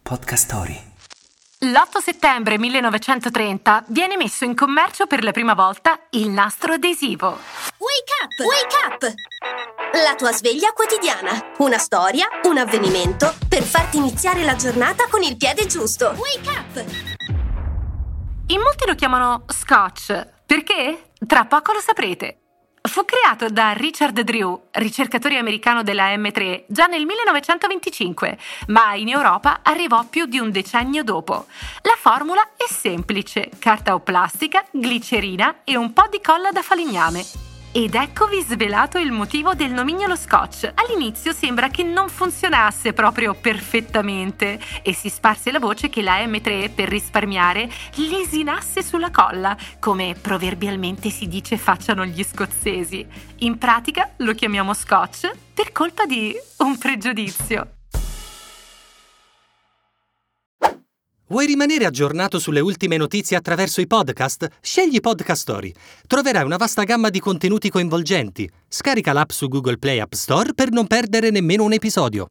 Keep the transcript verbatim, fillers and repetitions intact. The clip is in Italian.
Podcast Story. L'otto settembre millenovecentotrenta viene messo in commercio per la prima volta il nastro adesivo. Wake up! Wake up! La tua sveglia quotidiana. Una storia, un avvenimento per farti iniziare la giornata con il piede giusto. Wake up! In molti lo chiamano Scotch. Perché? Tra poco lo saprete. Fu creato da Richard Drew, ricercatore americano della emme tre, già nel millenovecentoventicinque, ma in Europa arrivò più di un decennio dopo. La formula è semplice: carta o plastica, glicerina e un po' di colla da falegname. Ed eccovi svelato il motivo del nomignolo Scotch. All'inizio sembra che non funzionasse proprio perfettamente e si sparse la voce che la emme tre, per risparmiare, lesinasse sulla colla, come proverbialmente si dice facciano gli scozzesi. In pratica lo chiamiamo Scotch per colpa di un pregiudizio. Vuoi rimanere aggiornato sulle ultime notizie attraverso i podcast? Scegli Podcast Story. Troverai una vasta gamma di contenuti coinvolgenti. Scarica l'app su Google Play App Store per non perdere nemmeno un episodio.